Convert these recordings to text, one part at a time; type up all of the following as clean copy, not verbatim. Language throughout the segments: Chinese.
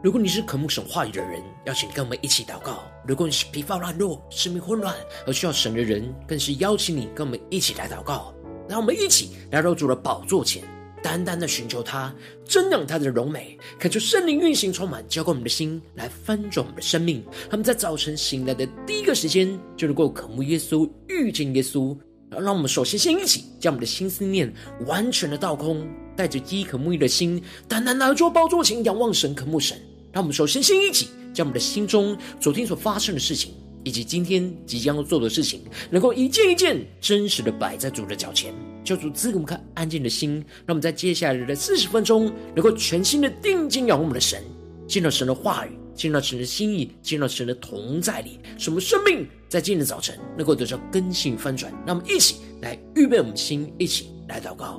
如果你是渴慕神话语的人，邀请跟我们一起祷告；如果你是疲乏软弱、生命混乱而需要神的人，更是邀请你跟我们一起来祷告。让我们一起来到主的宝座前，单单的寻求他，瞻仰他的荣美，恳求圣灵运行充满，浇灌我们的心，来翻转我们的生命。他们在早晨醒来的第一个时间，就能够渴慕耶稣，遇见耶稣。让我们首先一起将我们的心思念完全的倒空，带着饥渴沐浴的心，单单来做宝座前仰望神，渴慕神。让我们首先一起将我们的心中昨天所发生的事情，以及今天即将要做的事情，能够一件一件真实的摆在主的脚前，求主赐给我们看安静的心，让我们在接下来的40分钟，能够全心的定睛仰望我们的神，进入神的话语，进入神的心意，进入神的同在里，使我们生命在今天的早晨能够得到更新翻转。让我们一起来预备我们的心，一起来祷告。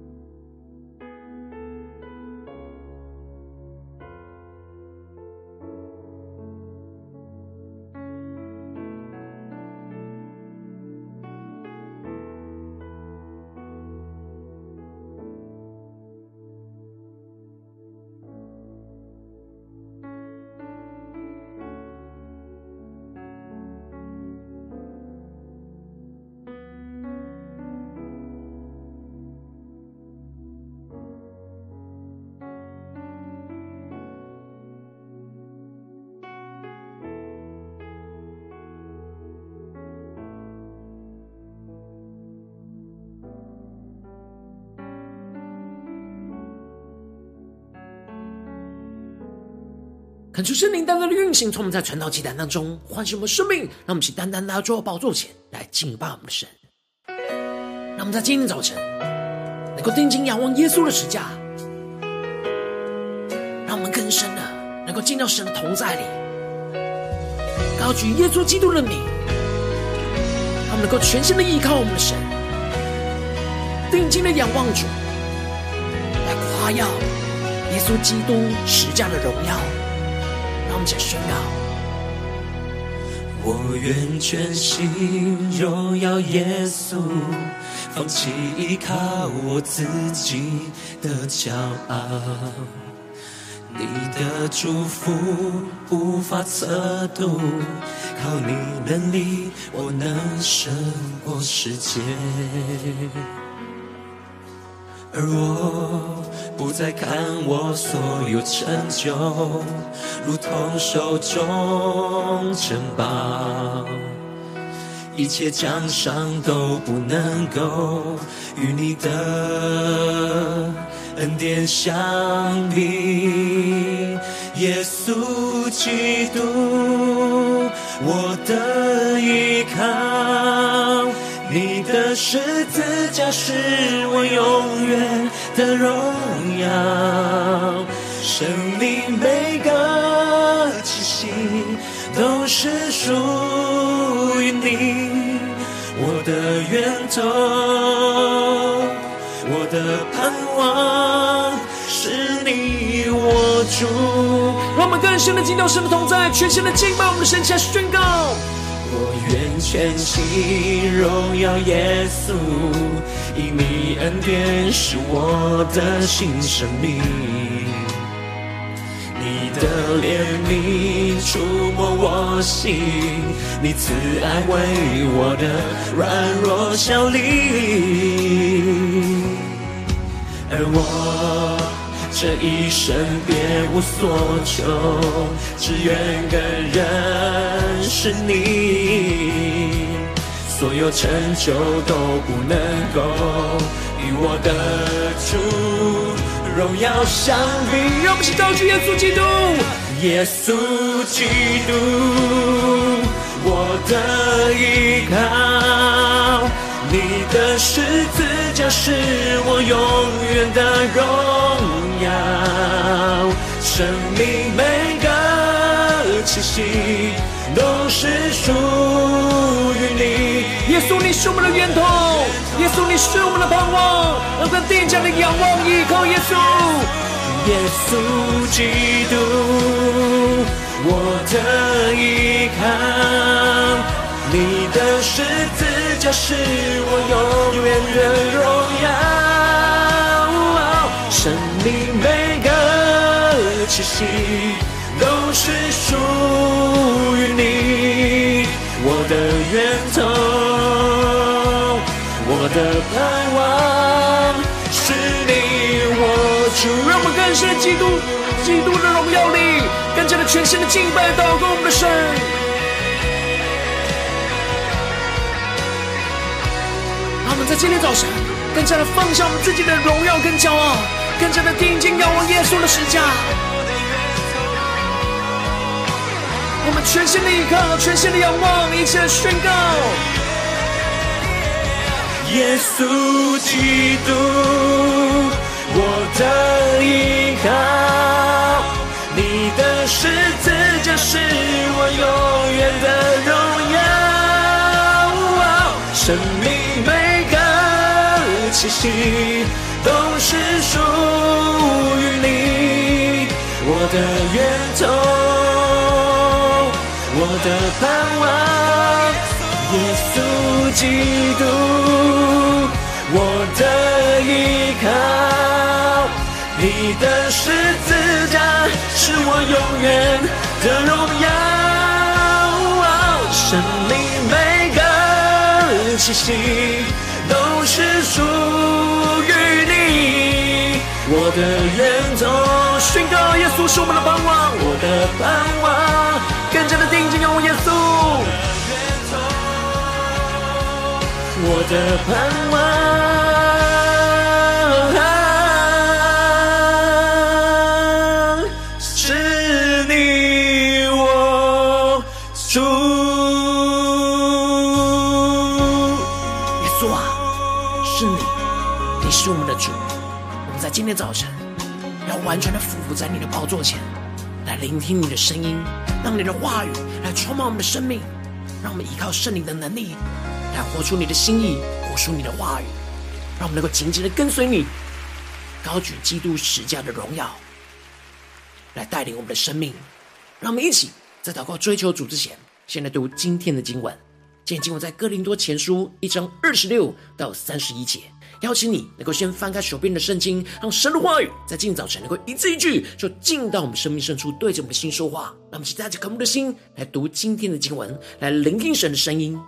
恳求圣灵单单的运行，从我们在传道祭坛当中唤醒我们生命，让我们一起单单来到宝座前来敬拜我们的神。让我们在今天早晨能够定睛仰望耶稣的十架，让我们更深的能够进到神的同在里，高举耶稣基督的名，让我们能够全心的依靠我们的神，定睛的仰望主，来夸耀耶稣基督十架的荣耀。让我们一起宣告： 我愿全心荣耀耶稣，放弃依靠我自己的骄傲。你的祝福无法测度，靠你能力，我能胜过世界。而我不再看我所有成就，如同手中珍宝，一切奖赏都不能够与你的恩典相比。耶稣基督，我的依靠，你的十字架是我永远的荣耀，生命每个气息都是属于你，我的源头，我的盼望是你我主。 让我们更深的进到神的同在，全新的敬拜我们的神，下宣告： 我愿全心荣耀耶稣，因你恩典是我的新生命，你的怜悯触摸我心，你慈爱为我的软弱效力。而我这一生别无所求，只愿更认识你，所有成就都不能够与我的主荣耀相比。 让我们一起高举耶稣基督， 耶稣基督，我的依靠，你的十字架是我永远的荣耀，生命每个气息都是属于你。 耶稣，你是我们的源头，耶稣，你是我们的盼望，让我们定睛的仰望依靠耶稣。 耶稣基督，我的依靠，你的十字架是我永远的荣耀，生命每个气息都是属于你，我的源头，我的盼望是你。我主，让我们更深基督的荣耀里，更加的全心的敬拜祷告我们的神。让我们在今天早晨更加的放下我们自己的荣耀跟骄傲，更加的定睛仰望耶稣的十架。我们全心的依靠，全心的仰望，一起来宣告： 耶稣基督，我的依靠，你的十字架是我永远的荣耀。生命每个气息都是属于你，我的源头，我的盼望。耶稣基督，我的依靠，你的十字架是我永远的荣耀。生命每个气息都是属于你，我的源头。 宣告耶稣是我们的盼望， 我的盼望， 更加的定睛仰望耶稣。 我的盼望是你，我主。 耶稣啊，是你，你是我们的主。我们在今天早晨要完全的俯伏在你的宝座前，来聆听你的声音，让你的话语来充满我们的生命，让我们依靠圣灵的能力来活出你的心意，活出你的话语，让我们能够紧紧的跟随你，高举基督十架的荣耀，来带领我们的生命。让我们一起在祷告追求主之前，先来读今天的经文。今天经文在哥林多前书1章26到31节。邀请你能够先翻开手边的圣经，让神的话语在今早晨能够一字一句就进到我们生命深处，对着我们的心说话。让我们一起带着渴慕的心来读今天的经文，来聆听神的声音。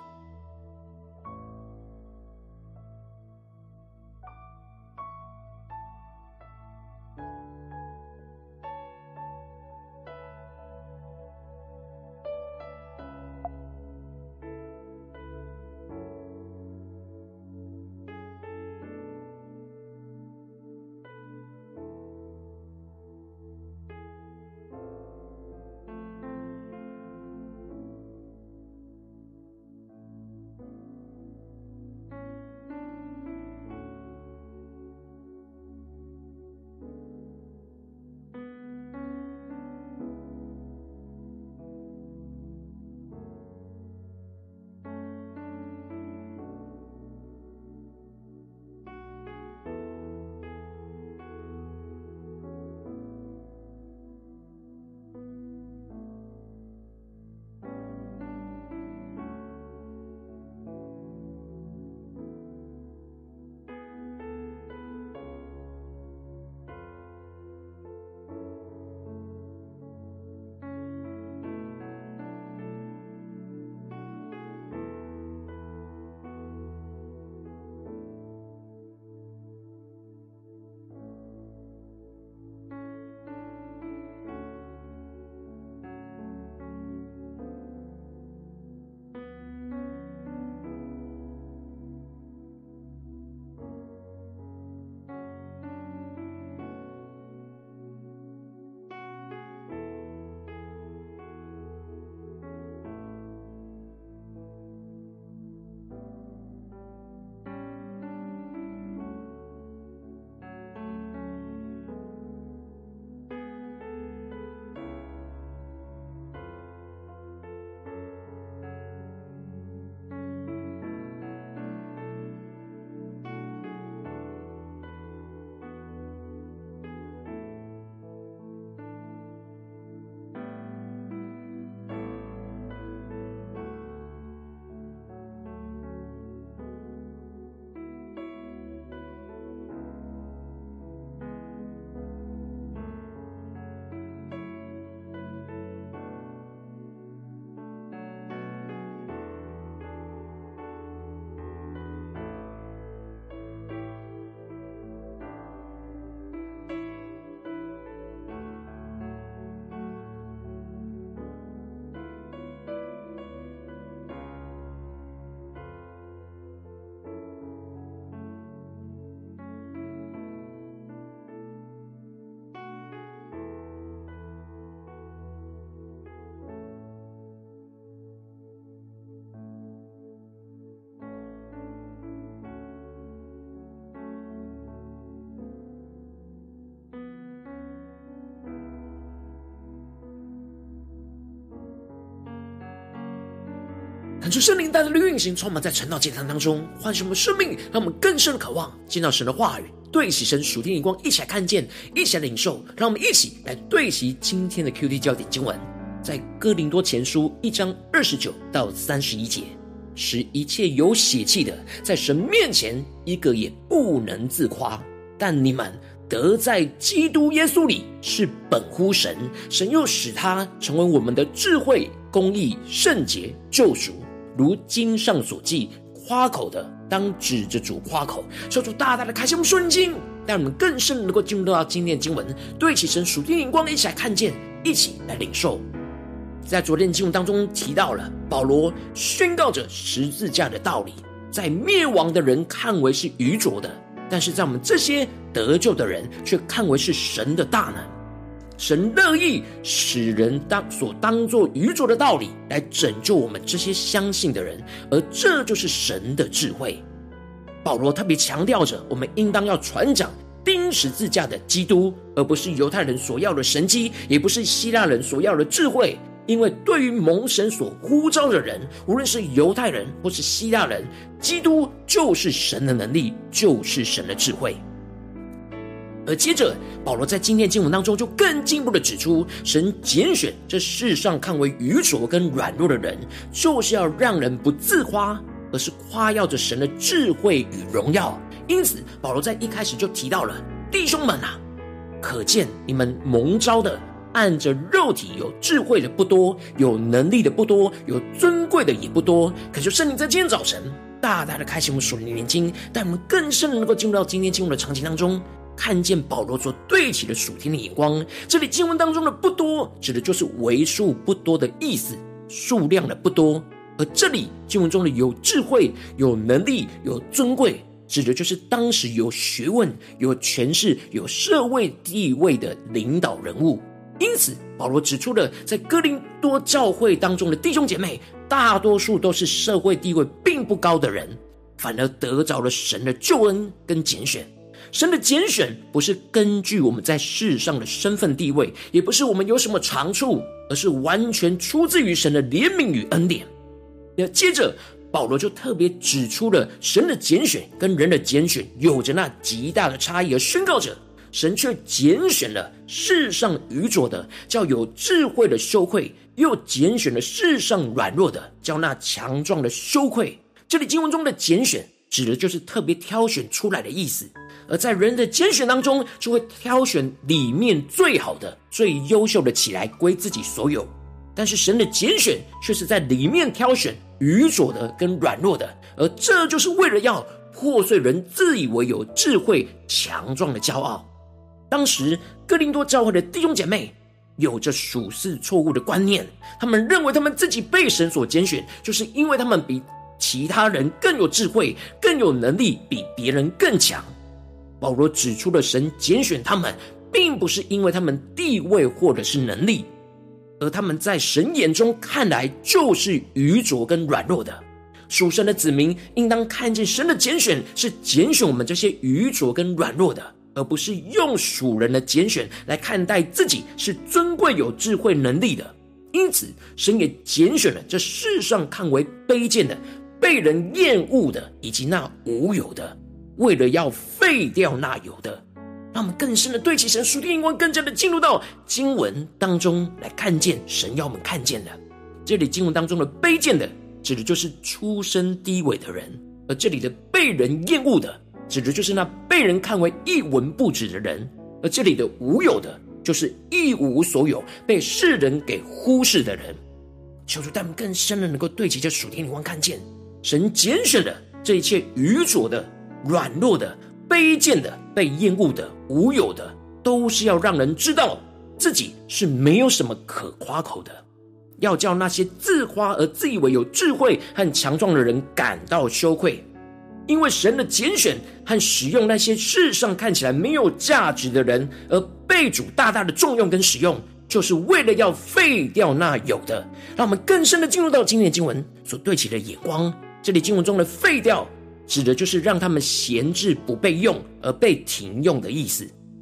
恳求圣灵带着的运行，充满在晨祷祭坛当中，唤醒我们生命，让我们更深的渴望见到神的话语，对齐神属天眼光，一起来看见，一起来领受。让我们一起来对齐今天的 QT 焦点经文，在哥林多前书1章29到31节，使一切有血气的，在神面前一个也不能自夸，但你们得在基督耶稣里是本乎神，神又使他成为我们的智慧、公义、圣洁、救赎。如经上所记，夸口的当指着主夸口。求主大大的开启我们顺经，让我们更深能够进入到今天的经文，对齐神属天眼光，一起来看见，一起来领受。在昨天的经文当中提到了保罗宣告着十字架的道理，在灭亡的人看为是愚拙的，但是在我们这些得救的人却看为是神的大能。神乐意使人所当作愚拙的道理来拯救我们这些相信的人，而这就是神的智慧。保罗特别强调着，我们应当要传讲钉十字架的基督，而不是犹太人所要的神迹，也不是希腊人所要的智慧。因为对于蒙神所呼召的人，无论是犹太人或是希腊人，基督就是神的能力，就是神的智慧。而接着保罗在今天经文当中就更进一步的指出，神拣选这世上看为愚拙跟软弱的人，就是要让人不自夸，而是夸耀着神的智慧与荣耀。因此保罗在一开始就提到了，弟兄们啊，可见你们蒙召的按着肉体有智慧的不多，有能力的不多，有尊贵的也不多。恳求圣灵在今天早晨大大的开启我们属灵的眼睛，带我们更深的能够进入到今天经文的场景当中，看见保罗所对齐的属天的眼光。这里经文当中的不多，指的就是为数不多的意思，数量的不多。而这里经文中的有智慧、有能力、有尊贵，指的就是当时有学问、有权势、有社会地位的领导人物。因此保罗指出了，在哥林多教会当中的弟兄姐妹，大多数都是社会地位并不高的人，反而得着了神的救恩跟拣选。神的拣选不是根据我们在世上的身份地位，也不是我们有什么长处，而是完全出自于神的怜悯与恩典。接着保罗就特别指出了神的拣选跟人的拣选有着那极大的差异，而宣告着神却拣选了世上愚拙的，叫有智慧的羞愧，又拣选了世上软弱的，叫那强壮的羞愧。这里经文中的拣选指的就是特别挑选出来的意思，而在人的拣选当中，就会挑选里面最好的、最优秀的起来归自己所有。但是神的拣选却是在里面挑选愚拙的跟软弱的，而这就是为了要破碎人自以为有智慧、强壮的骄傲。当时哥林多教会的弟兄姐妹有着属世错误的观念，他们认为他们自己被神所拣选，就是因为他们比其他人更有智慧、更有能力，比别人更强。保罗指出了神拣选他们，并不是因为他们地位或者是能力，而他们在神眼中看来就是愚拙跟软弱的。属神的子民应当看见神的拣选是拣选我们这些愚拙跟软弱的，而不是用属人的拣选来看待自己是尊贵有智慧能力的。因此神也拣选了这世上看为卑贱的、被人厌恶的，以及那无有的，为了要废掉那有的。让我们更深的对齐神属天眼光，更加的进入到经文当中来看见神要我们看见的。这里经文当中的卑贱的，指的就是出身低微的人，而这里的被人厌恶的，指的就是那被人看为一文不值的人，而这里的无有的，就是一无所有、被世人给忽视的人。求主带我们更深的能够对齐这属天眼光，看见神拣选的这一切愚拙的、软弱的、卑贱的、被厌恶的、无有的，都是要让人知道自己是没有什么可夸口的，要叫那些自夸而自以为有智慧和强壮的人感到羞愧。因为神的拣选和使用那些世上看起来没有价值的人，而被主大大的重用跟使用，就是为了要废掉那有的。让我们更深的进入到今天的经文所对齐的眼光。这里经文中的废掉，指的就是让他们闲置不被用而被停用的意思。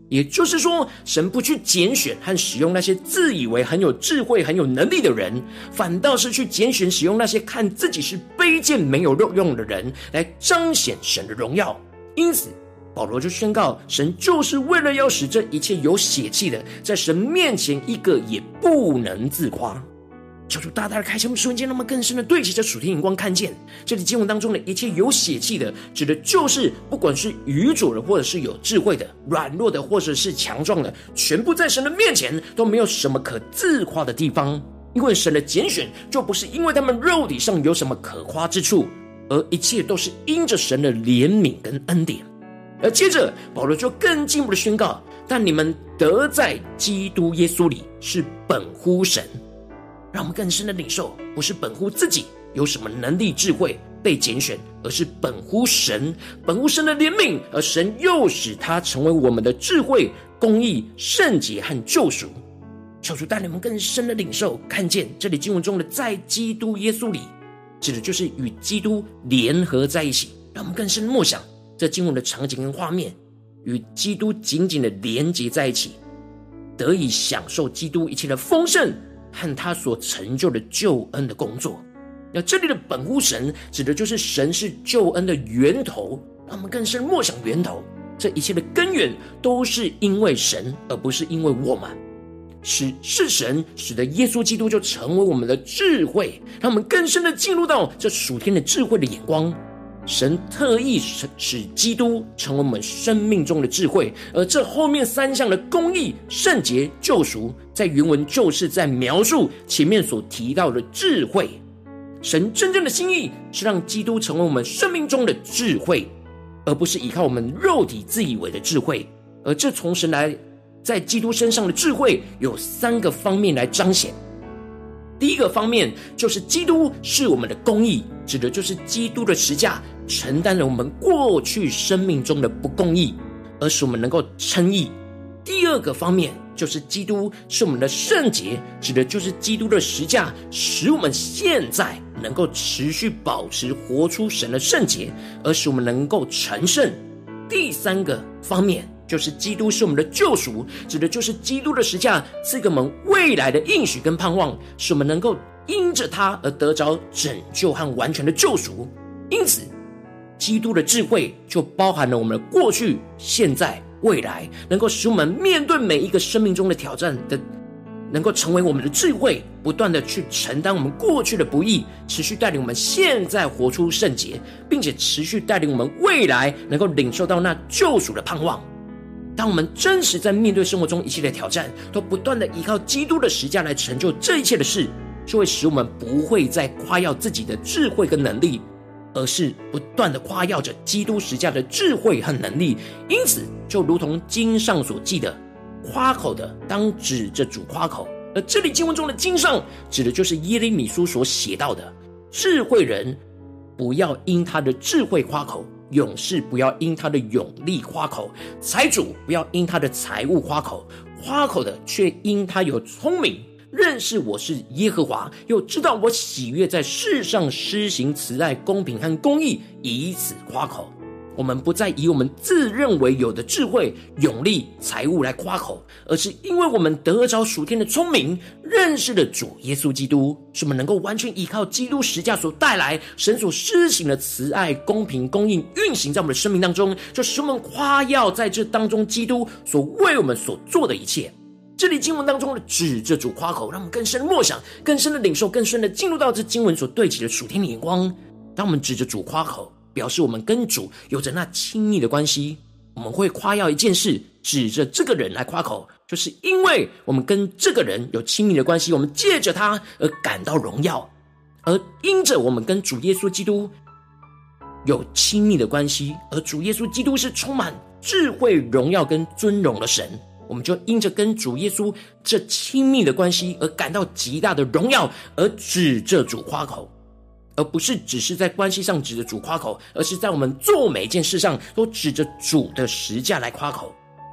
也就是说，神不去拣选和使用那些自以为很有智慧很有能力的人，反倒是去拣选使用那些看自己是卑贱没有用的人，来彰显神的荣耀。因此保罗就宣告，神就是为了要使这一切有血气的，在神面前一个也不能自夸。求主大大的开启我们瞬间，让我们更深的对齐着属天眼光，看见这里经文当中的一切有血气的，指的就是不管是愚拙的，或者是有智慧的，软弱的，或者是强壮的，全部在神的面前都没有什么可自夸的地方。因为神的拣选就不是因为他们肉体上有什么可夸之处，而一切都是因着神的怜悯跟恩典。而接着保罗就更进一步的宣告，但你们得在基督耶稣里是本乎神。让我们更深的领受，不是本乎自己有什么能力智慧被拣选，而是本乎神，本乎神的怜悯，而神又使他成为我们的智慧、公义、圣洁和救赎。求主带领我们更深的领受，看见这里经文中的在基督耶稣里，指的就是与基督联合在一起。让我们更深默想这经文的场景跟画面，与基督紧紧的连结在一起，得以享受基督一切的丰盛和他所成就的救恩的工作。那这里的本乎神指的就是神是救恩的源头，让我们更深默想源头，这一切的根源都是因为神，而不是因为我们。是神使得耶稣基督就成为我们的智慧，让我们更深的进入到这属天的智慧的眼光。神特意使基督成为我们生命中的智慧，而这后面三项的公义、圣洁、救赎，在原文就是在描述前面所提到的智慧。神真正的心意是让基督成为我们生命中的智慧，而不是依靠我们肉体自以为的智慧。而这从神来在基督身上的智慧有三个方面来彰显。第一个方面就是基督是我们的公义，指的就是基督的十架承担了我们过去生命中的不公义，而使我们能够称义。第二个方面就是基督是我们的圣洁，指的就是基督的十架使我们现在能够持续保持活出神的圣洁，而使我们能够成圣。第三个方面就是基督是我们的救赎，指的就是基督的十架赐给我们未来的应许跟盼望，使我们能够因着他而得着拯救和完全的救赎。因此基督的智慧就包含了我们的过去、现在、未来，能够使我们面对每一个生命中的挑战的，能够成为我们的智慧，不断的去承担我们过去的不义，持续带领我们现在活出圣洁，并且持续带领我们未来能够领受到那救赎的盼望。当我们真实在面对生活中一切的挑战，都不断的依靠基督的十架来成就这一切的事，就会使我们不会再夸耀自己的智慧跟能力，而是不断的夸耀着基督十架的智慧和能力。因此就如同经上所记的，夸口的当指着主夸口。而这里经文中的经上指的就是耶利米书所写到的，智慧人不要因他的智慧夸口，勇士不要因他的勇力夸口，财主不要因他的财物夸口，夸口的却因他有聪明，认识我是耶和华，又知道我喜悦在世上施行慈爱、公平和公义，以此夸口。我们不再以我们自认为有的智慧、勇力、财物来夸口，而是因为我们得着属天的聪明，认识了主耶稣基督，使我们能够完全依靠基督十架所带来神所施行的慈爱、公平、公义运行在我们的生命当中，就使我们夸耀在这当中基督所为我们所做的一切。这里经文当中的指着主夸口，让我们更深的默想，更深的领受，更深的进入到这经文所对齐的属天的眼光。当我们指着主夸口，表示我们跟主有着那亲密的关系。我们会夸耀一件事，指着这个人来夸口，就是因为我们跟这个人有亲密的关系，我们借着他而感到荣耀。而因着我们跟主耶稣基督有亲密的关系，而主耶稣基督是充满智慧、荣耀跟尊荣的神，我们就因着跟主耶稣这亲密的关系而感到极大的荣耀，而指着主夸口。而不是只是在关系上指着主夸口，而是在我们做每一件事上都指着主的十架来夸口。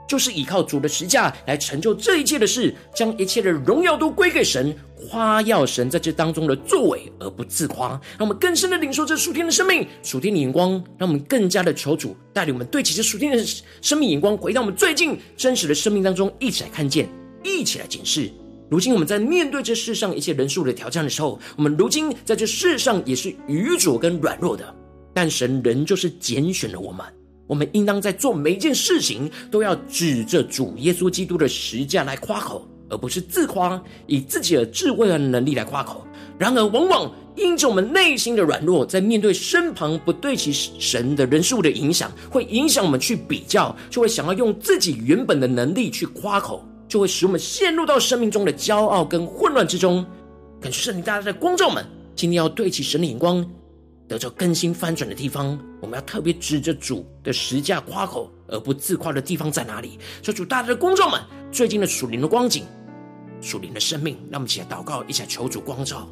就是依靠主的十架来成就这一切的事，将一切的荣耀都归给神，夸耀神在这当中的作为，而不自夸。让我们更深的领受这属天的生命、属天的眼光，让我们更加的求主带领我们对齐这属天的生命眼光，回到我们最近真实的生命当中，一起来看见，一起来检视。如今我们在面对这世上一切人数的挑战的时候，我们如今在这世上也是愚拙跟软弱的，但神仍旧是拣选了我们。我们应当在做每一件事情都要指着主耶稣基督的十架来夸口，而不是自夸，以自己的智慧和能力来夸口。然而往往因着我们内心的软弱，在面对身旁不对齐神的人数的影响，会影响我们去比较，就会想要用自己原本的能力去夸口，就会使我们陷入到生命中的骄傲跟混乱之中。感谢圣灵大家的光照们，今天要对齐神的眼光，得着更新翻转的地方，我们要特别指着主的十架夸口，而不自夸的地方在哪里？求主大家的光照们，最近的属灵的光景、属灵的生命，让我们一起来祷告，一起来求主光照。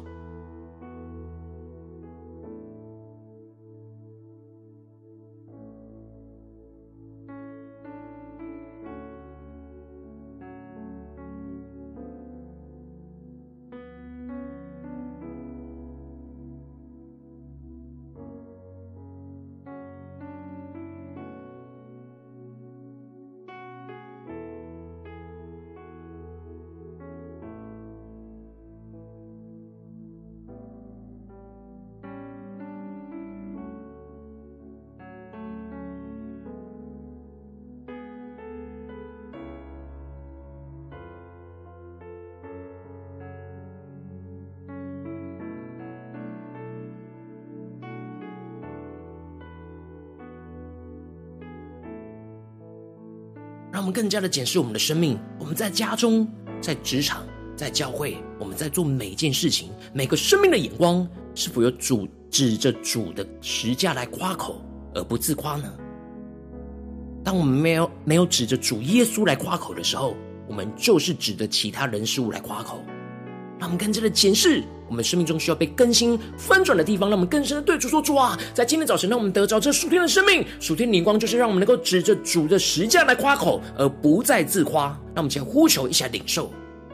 让我们更加的检视我们的生命，我们在家中、在职场、在教会，我们在做每一件事情，每个生命的眼光是否有主指着主的十架来夸口，而不自夸呢？当我们没有指着主耶稣来夸口的时候，我们就是指着其他人事物来夸口。让我们更加的检视我们生命中需要被更新翻转的地方，让我们更深的对主说：主啊，在今天早晨让我们得着这属天的生命，属天的眼光，就是让我们能够指着主的十架来夸口，而不再自夸。让我们一起来呼求，一起来领受。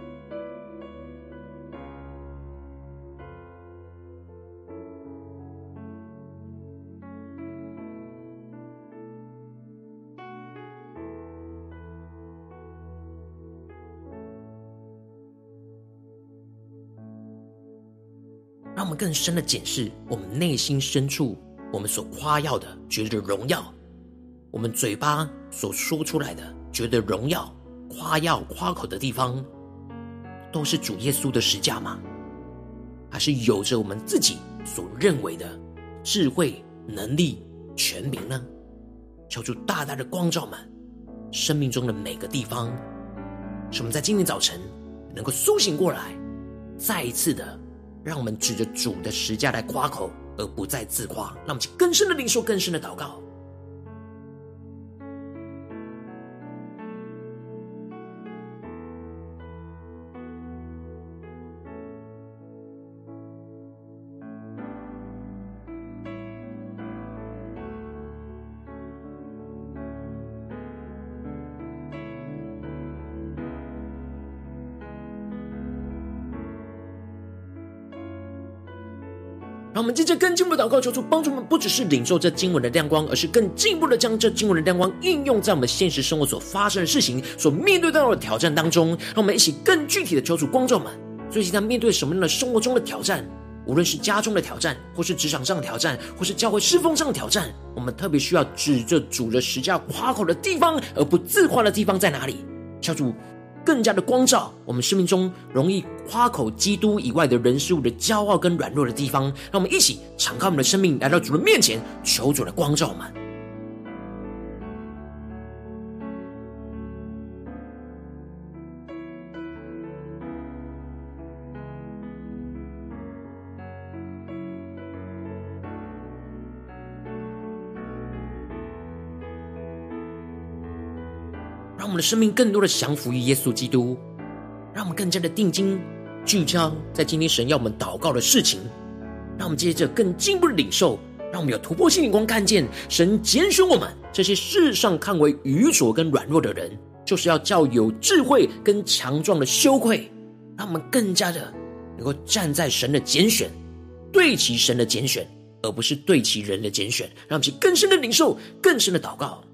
让我们更深的检视我们内心深处，我们所夸耀的觉得荣耀，我们嘴巴所说出来的觉得荣耀、夸耀、夸口的地方，都是主耶稣的十架吗？还是有着我们自己所认为的智慧、能力、权柄呢？求主大大的光照们生命中的每个地方，使我们在今天早晨能够苏醒过来，再一次的让我们指着主的十架来夸口，而不再自夸。让我们去更深的领受，更深的祷告。让我们接着更进一步的祷告，求主帮助我们，不只是领受这经文的亮光，而是更进一步的将这经文的亮光应用在我们现实生活所发生的事情、所面对到的挑战当中。让我们一起更具体的求主光照们，最近在面对什么样的生活中的挑战，无论是家中的挑战，或是职场上的挑战，或是教会侍奉上的挑战，我们特别需要指着主的十架夸口的地方，而不自夸的地方在哪里？求主更加的光照我们生命中容易夸口基督以外的人事物的骄傲跟软弱的地方。让我们一起敞开我们的生命，来到主的面前，求主的光照们。让我们的生命更多的降服于耶稣基督，让我们更加的定睛聚焦在今天神要我们祷告的事情。让我们接着更进一步的领受，让我们有突破性眼光，看见神拣选我们这些世上看为愚拙跟软弱的人， 就是要叫有智慧跟强壮的羞愧，让我们更加的能够站在神的拣选，对齐神的拣选，而不是对齐人的拣选。让我们去更深的领受，更深的祷告。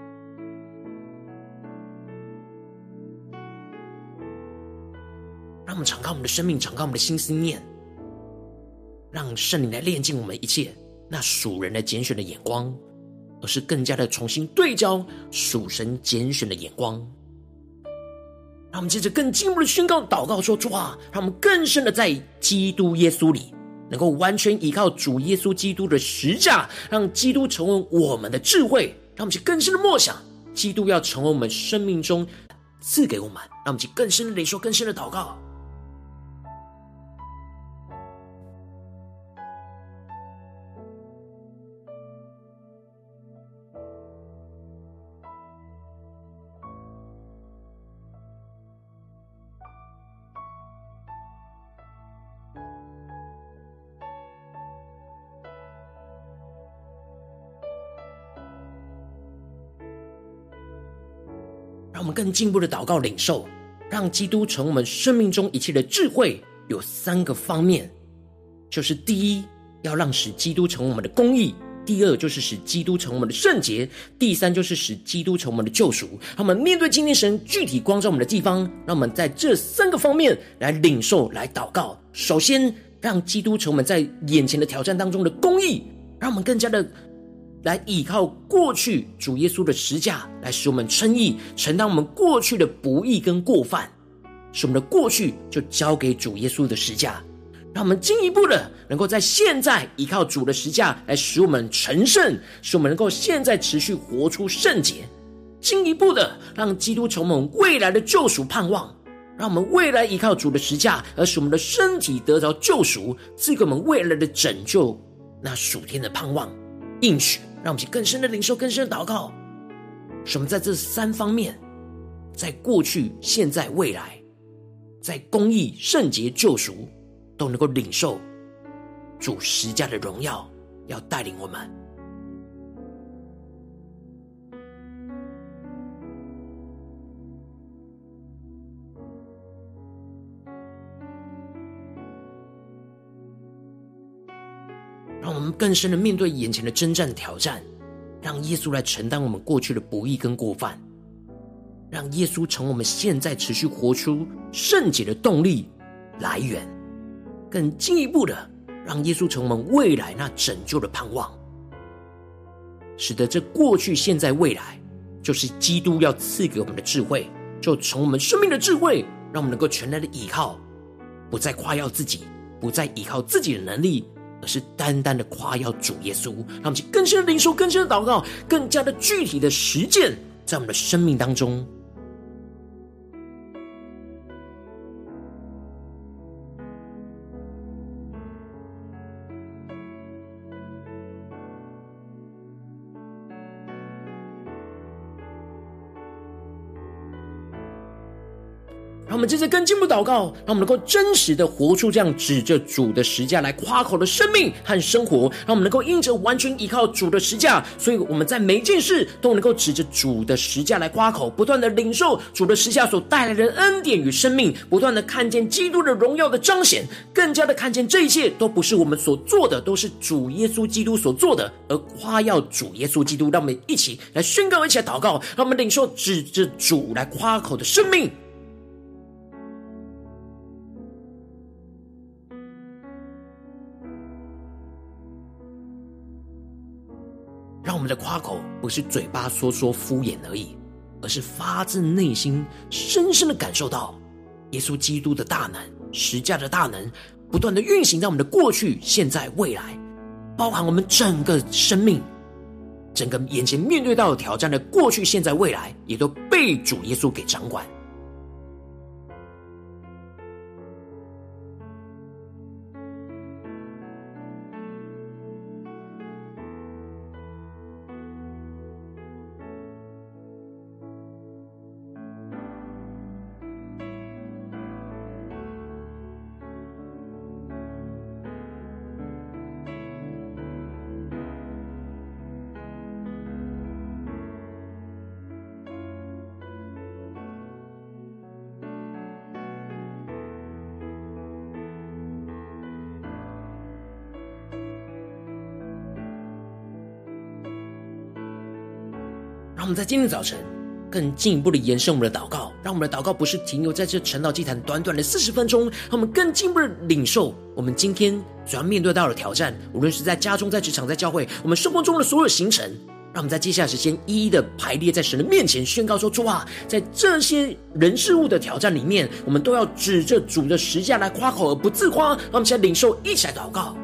让我们敞开我们的生命，敞开我们的心思念，让圣灵来炼净我们一切那属人的拣选的眼光，而是更加的重新对焦属神拣选的眼光。让我们接着更进一步的宣告祷告说，主啊，让我们更深的在基督耶稣里能够完全依靠主耶稣基督的十架，让基督成为我们的智慧。让我们去更深的默想基督要成为我们生命中赐给我们，让我们去更深的领受，更深的祷告。让我们更进一步的祷告领受，让基督成为我们生命中一切的智慧，有3个方面，就是第一，要让使基督成为我们的公义；第二，就是使基督成为我们的圣洁；第三，就是使基督成为我们的救赎。让我们面对今天神具体光照我们的地方，让我们在这3个方面来领受，来祷告。首先，让基督成为我们在眼前的挑战当中的公义，让我们更加的来依靠过去主耶稣的十架，来使我们称义，承担我们过去的不义跟过犯，使我们的过去就交给主耶稣的十架，让我们进一步的能够在现在依靠主的十架来使我们成圣，使我们能够现在持续活出圣洁，进一步的让基督成为我们未来的救赎盼望，让我们未来依靠主的十架，而使我们的身体得着救赎，赐给我们未来的拯救，那属天的盼望应许。让我们去更深的领受，更深的祷告，使我们在这3方面，在过去、现在、未来，在公义、圣洁、救赎，都能够领受主十架的荣耀，要带领我们。让我们更深的面对眼前的征战挑战，让耶稣来承担我们过去的不义跟过犯，让耶稣成为我们现在持续活出圣洁的动力来源，更进一步的让耶稣成为我们未来那拯救的盼望，使得这过去、现在、未来就是基督要赐给我们的智慧，就从我们生命的智慧，让我们能够全然的依靠，不再夸耀自己，不再依靠自己的能力，而是单单的夸耀主耶稣。让我们去更深的领受，更深的祷告，更加的具体的实践在我们的生命当中。让我们接着更进一步祷告，让我们能够真实的活出这样指着主的十架来夸口的生命和生活，让我们能够因着完全依靠主的十架，所以我们在每一件事都能够指着主的十架来夸口，不断的领受主的十架所带来的恩典与生命，不断的看见基督的荣耀的彰显，更加的看见这一切都不是我们所做的，都是主耶稣基督所做的，而夸耀主耶稣基督。让我们一起来宣告，一起来祷告，让我们领受指着主来夸口的生命。让我们的夸口不是嘴巴说说敷衍而已，而是发自内心深深的感受到耶稣基督的大能，十架的大能不断的运行在我们的过去、现在、未来，包含我们整个生命，整个眼前面对到的挑战的过去、现在、未来，也都被主耶稣给掌管。 我们在今天早晨更进一步的延伸我们的祷告，让我们的祷告不是停留在这晨祷祭坛短短的40分钟，让我们更进一步的领受我们今天所要面对到的挑战，无论是在家中、在职场、在教会，我们生活中的所有行程，让我们在接下来时间一一的排列在神的面前，宣告说：主啊，在这些人事物的挑战里面，我们都要指着主的十架来夸口而不自夸。让我们现在领受，一起来祷告。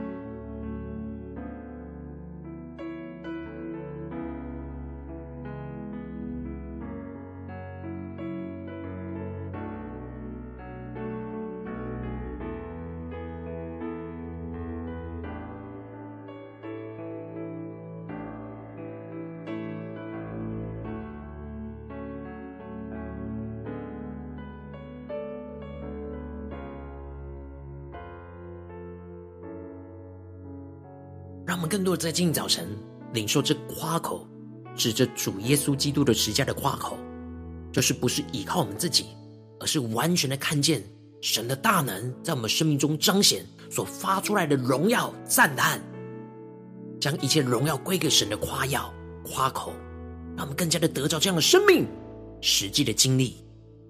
让我们更多的在今天早晨领受这夸口，指着主耶稣基督的十架的夸口，就是不是依靠我们自己，而是完全的看见神的大能在我们生命中彰显所发出来的荣耀赞叹，将一切荣耀归给神的夸耀夸口，让我们更加的得着这样的生命实际的经历。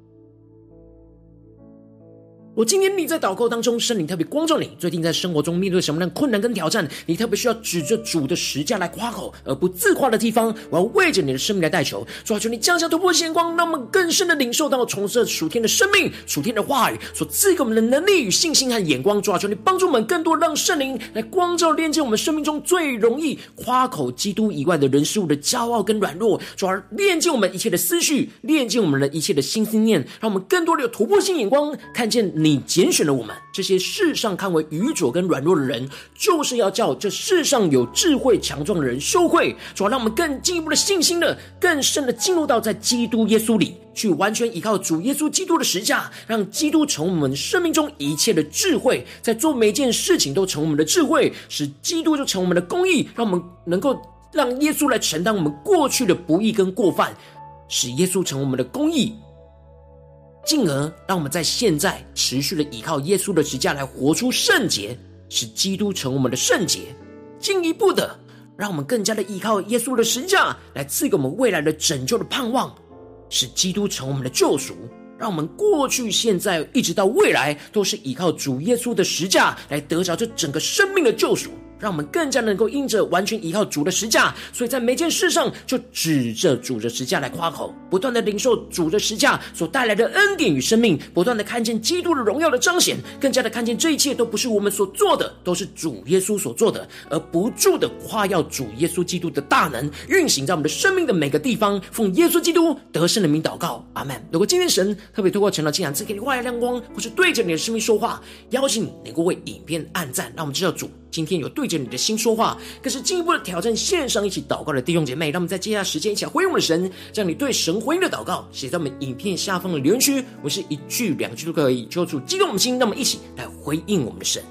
我今天你在祷告当中，圣灵特别光照你，最近在生活中面对什么样的困难跟挑战，你特别需要指着主的十架来夸口而不自夸的地方，我要为着你的生命来代求。主啊，求你降下突破显光，让我们更深的领受到从这属天的生命、属天的话语所赐给我们的能力与信心和眼光。主啊，求你帮助我们更多让圣灵来光照连接我们生命中最容易夸口基督以外的人事物的骄傲跟软弱。主啊，链接我们一切的思绪，链接我们的一切的心思念，让我们更多的有突破性眼光，看见你拣选了我们这些世上看为愚拙跟软弱的人，就是要叫这世上有智慧强壮的人羞愧。主要让我们更进一步的信心的更深的进入到在基督耶稣里，去完全依靠主耶稣基督的十架，让基督成我们生命中一切的智慧，在做每件事情都成我们的智慧，使基督就成我们的公义，让我们能够让耶稣来承担我们过去的不义跟过犯，使耶稣成我们的公义，进而让我们在现在持续的依靠耶稣的十架来活出圣洁，使基督成我们的圣洁，进一步的让我们更加的依靠耶稣的十架来赐给我们未来的拯救的盼望，使基督成我们的救赎，让我们过去现在一直到未来都是依靠主耶稣的十架来得着这整个生命的救赎，让我们更加能够因着完全依靠主的十架，所以在每件事上就指着主的十架来夸口，不断的领受主的十架所带来的恩典与生命，不断的看见基督的荣耀的彰显，更加的看见这一切都不是我们所做的，都是主耶稣所做的，而不住的夸耀主耶稣基督的大能运行在我们的生命的每个地方。奉耶稣基督得胜的名祷告，阿们。如果今天神特别透过晨祷祭坛赐给你话语亮光，或是对着你的生命说话，邀请你能够为影片按赞，让我们知道主今天有对着你的心说话，更是进一步的挑战线上一起祷告的弟兄姐妹，让我们在接下来时间一起来回应我们的神，将你对神回应的祷告写在我们影片下方的留言区，我是一句两句都可以，求主激动我们心，让我们一起来回应我们的神。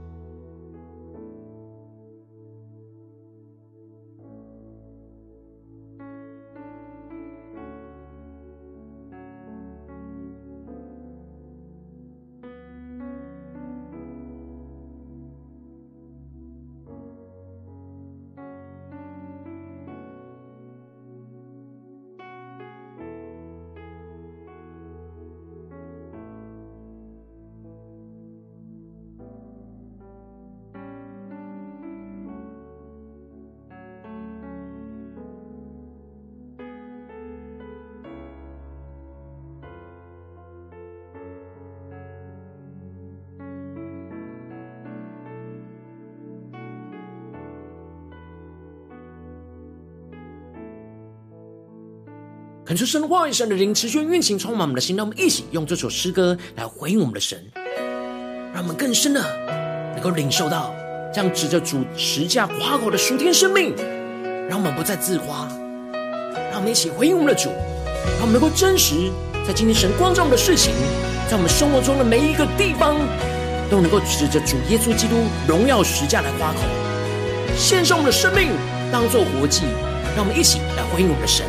恳求神话语神的灵持续运行充满我们的心，让我们一起用这首诗歌来回应我们的神，让我们更深的能够领受到这样指着主十架夸口的属天生命，让我们不再自夸，让我们一起回应我们的主，让我们能够真实在今天神光照我们的事情，在我们生活中的每一个地方都能够指着主耶稣基督荣耀十架来夸口，献上我们的生命当作活祭，让我们一起来回应我们的神。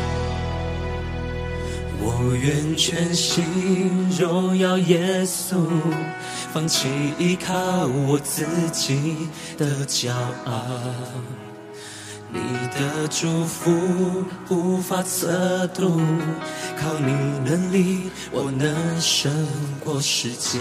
我愿全心荣耀耶稣，放弃依靠我自己的骄傲， 你的祝福无法测度，靠你能力，我能胜过世界。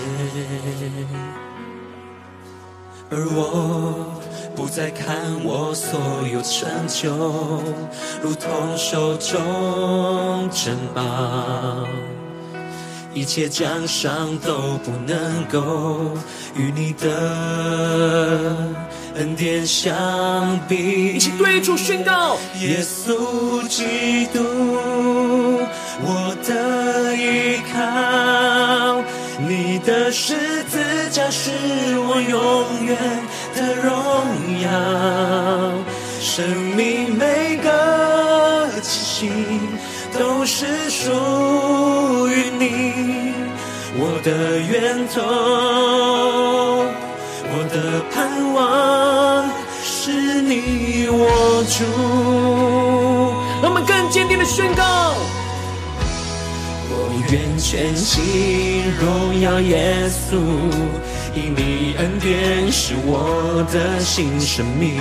而我不再看我所有成就，如同手中珍宝，一切奖赏都不能够与你的恩典相比。 一起对主宣告： 耶稣基督，我的依靠，你的十字架是我永远的荣耀，生命每个气息都是属于你，我的源头，我的盼望是你我主。 让我们更坚定的宣告： 我愿全心荣耀耶稣，因你恩典是我的新生命，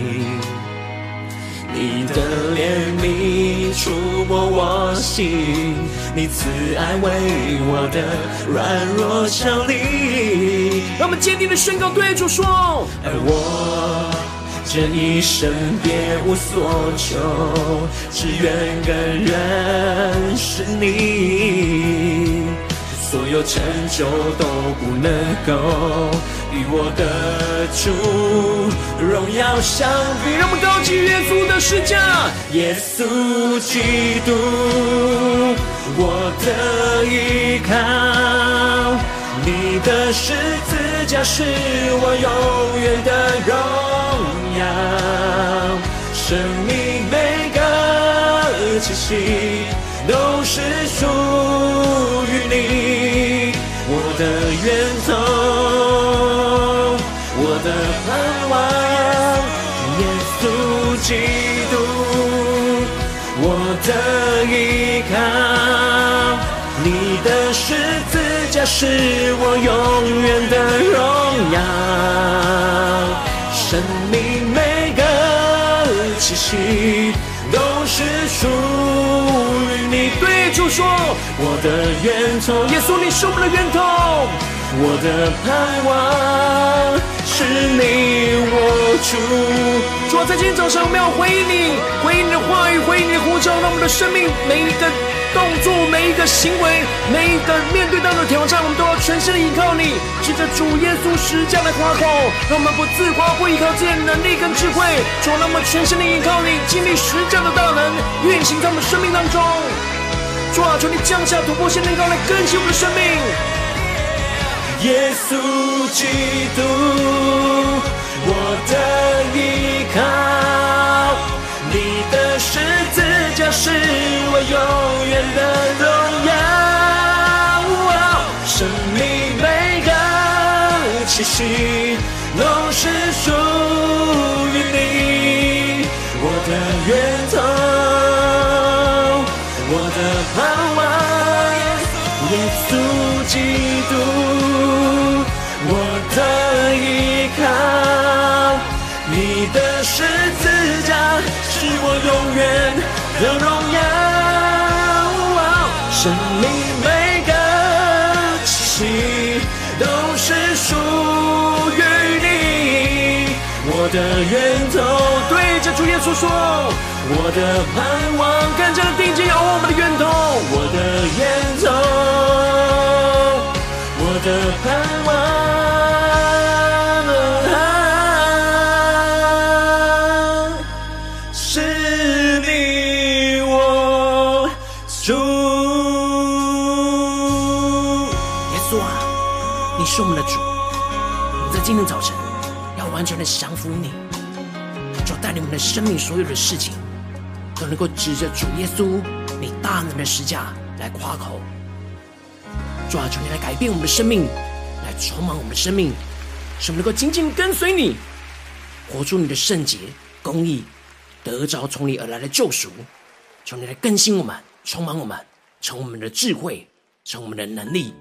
你的怜悯触摸我心，你慈爱为我的软弱效力。 让我们坚定的宣告，对主说： 而我这一生别无所求，只愿更认识你，所有成就都不能够与我的主荣耀相比。 让我们高举耶稣的十架， 耶稣基督，我的依靠，你的十字架是我永远的荣耀，生命每个气息都是属于你，我的源头，我的盼望，耶稣基督，我的依靠，你的十字架是我永远的荣耀，生命每个气息都是属于你。 对主说： 我的源头， 耶稣，你是我们的源头， 我的盼望是你我主。 主啊，在今天早上我们要回应你，回应你的话语，回应你的呼召，让我们的生命每一个动作，每一个行为，每一个面对到的挑战，我们都要全心的依靠你，指着主耶稣十架来夸口，让我们不自夸，不依靠自己的能力跟智慧，主，让我们全心的依靠你，经历十架的大能运行在我们生命当中。主啊，求你降下突破性能高来更新我们的生命。 耶稣基督，我的依靠，你的十字架是我永远的荣耀，生命每个气息都是属于你，我的源头，我的盼望，耶稣基督，我的依靠，你的十字架是我永远的荣耀，生命每个气息都是属于你，我的源头。 对着主耶稣说： 我的盼望更加的定睛仰望我们的源头， 我的源头，我的盼望是你我主。 耶稣啊，你是我们的主，我们在今天早晨要完全的降服你，就带领我们的生命所有的事情都能够指着主耶稣你大能的十架来夸口。主啊，求你来改变我们的生命，来充满我们的生命，使我们能够紧紧跟随你，活出你的圣洁公义，得着从你而来的救赎。求你来更新我们，充满我们，成我们的智慧，成我们的能力。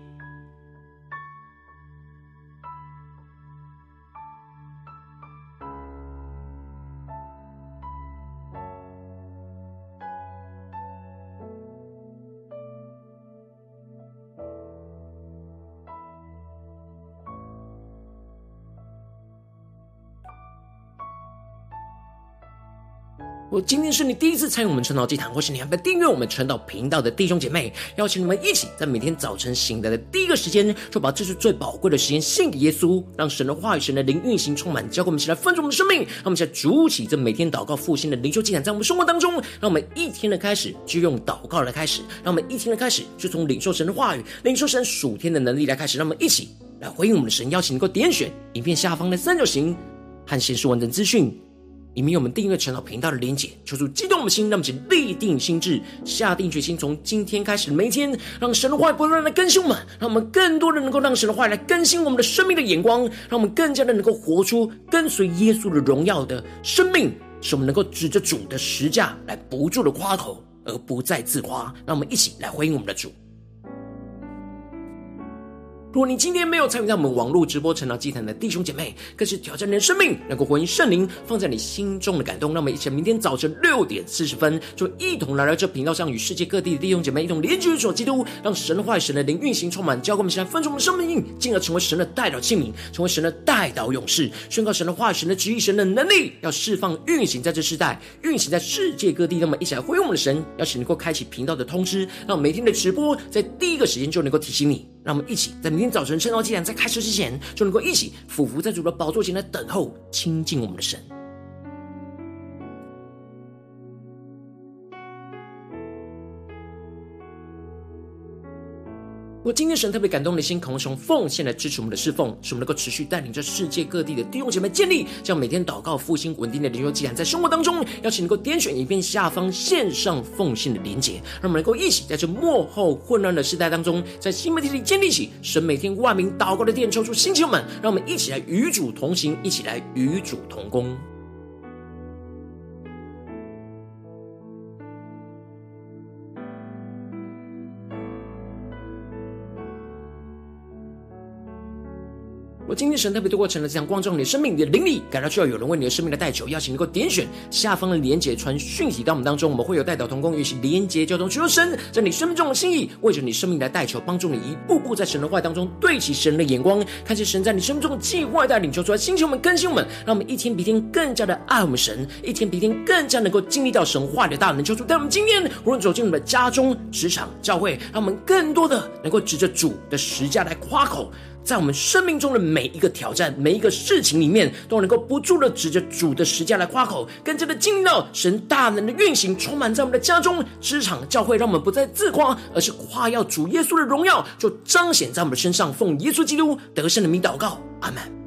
我今天是你第一次参与我们晨祷祭坛，或是你还没订阅我们晨祷频道的弟兄姐妹，邀请你们一起在每天早晨醒来的第一个时间，就把这是最宝贵的时间献给耶稣，让神的话语、神的灵运行充满，交给我们一起来分盛我们的生命。让我们一起来主起这每天祷告复兴的灵修祭坛，在我们生活当中，让我们一天的开始就用祷告来开始，让我们一天的开始就从领受神的话语、领受神属天的能力来开始。让我们一起来回应我们的神，邀请能够点选影片下方的三角形和显示完整资讯，里面有我们订阅晨祷频道的连结，求主激动我们的心，让我们一起立定心志，下定决心，从今天开始的每一天，让神的话语不断来更新我们，让我们更多的能够让神的话语来更新我们的生命的眼光，让我们更加的能够活出跟随耶稣的荣耀的生命，使我们能够指着主的十架来不住的夸口，而不再自夸。让我们一起来回应我们的主。如果你今天没有参与到我们网络直播晨祷祭坛的弟兄姐妹，更是挑战你的生命，能够回应圣灵放在你心中的感动。让我们一起明天早晨6点40分，就一同来到这频道上，与世界各地的弟兄姐妹一同连接于主基督，让神的话语、神的灵运行充满，教给我们现在分盛我们的生命，进而成为神的代祷器皿，成为神的代祷勇士，宣告神的话语、神的旨意、神的能力，要释放运行在这世代，运行在世界各地。让我们一起来回应我们的神，要是能够开启频道的通知，让每天的直播在第一个时间就能够提醒你。让我们一起在明天早晨晨祷祭坛在开始之前，就能够一起俯伏在主的宝座前来等候亲近我们的神。如果今天神特别感动的心，渴望从奉献来支持我们的侍奉，使我们能够持续带领着世界各地的弟兄姐妹建立这样每天祷告复兴稳定的灵修祭坛，在生活当中，邀请能够点选影片下方线上奉献的连结，让我们能够一起在这末后混乱的时代当中，在新媒体里建立起神每天万名祷告的殿，抽出新球们，让我们一起来与主同行，一起来与主同工。我今天神特别透过神的这样光照你的生命，你的灵力感到需要有人为你的生命的代求，邀请能够点选下方的连结传讯息到我们当中，我们会有代祷同工，一起连结交通，求神在你生命中的心意，为着你生命来代求，帮助你一步步在神的话当中对齐神的眼光，看见神在你生命中的计划带领，求出来星球们更新我们，让我们一天比一天更加的爱我们神，一天比一天更加能够经历到神话的大能，求主带我们今天无论走进我们的家中、职场、教会，让我们更多的能够指着主的十架来夸口，在我们生命中的每一个挑战、每一个事情里面，都能够不住的指着主的十架来夸口，更加的经历到神大能的运行，充满在我们的家中、职场、教会，让我们不再自夸，而是夸耀主耶稣的荣耀，就彰显在我们的身上。奉耶稣基督得胜的名祷告，阿们。